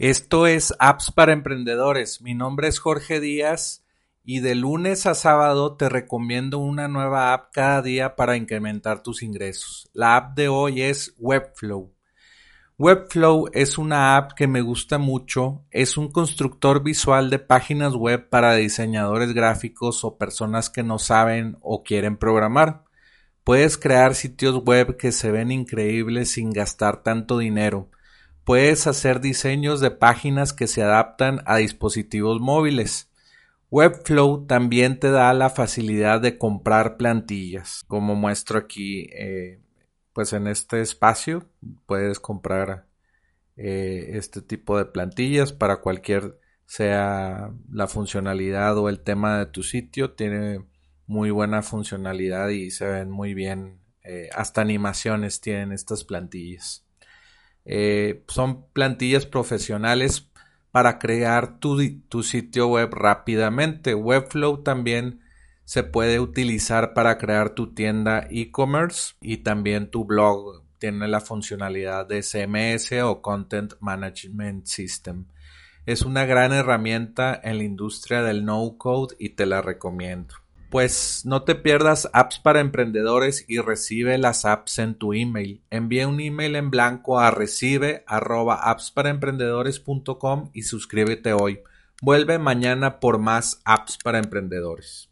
Esto es Apps para Emprendedores. Mi nombre es Jorge Díaz y de lunes a sábado te recomiendo una nueva app cada día para incrementar tus ingresos. La app de hoy es Webflow. Webflow es una app que me gusta mucho. Es un constructor visual de páginas web para diseñadores gráficos o personas que no saben o quieren programar. Puedes crear sitios web que se ven increíbles sin gastar tanto dinero. Puedes hacer diseños de páginas que se adaptan a dispositivos móviles. Webflow también te da la facilidad de comprar plantillas, como muestro aquí, pues en este espacio puedes comprar este tipo de plantillas para cualquier sea la funcionalidad o el tema de tu sitio. Tiene muy buena funcionalidad y se ven muy bien. Hasta animaciones tienen estas plantillas. Son plantillas profesionales para crear tu sitio web rápidamente. Webflow también se puede utilizar para crear tu tienda e-commerce y también tu blog. Tiene la funcionalidad de CMS o Content Management System. Es una gran herramienta en la industria del no-code y te la recomiendo. Pues no te pierdas Apps para Emprendedores y recibe las apps en tu email. Envía un email en blanco a recibe@appsparaemprendedores.com y suscríbete hoy. Vuelve mañana por más Apps para Emprendedores.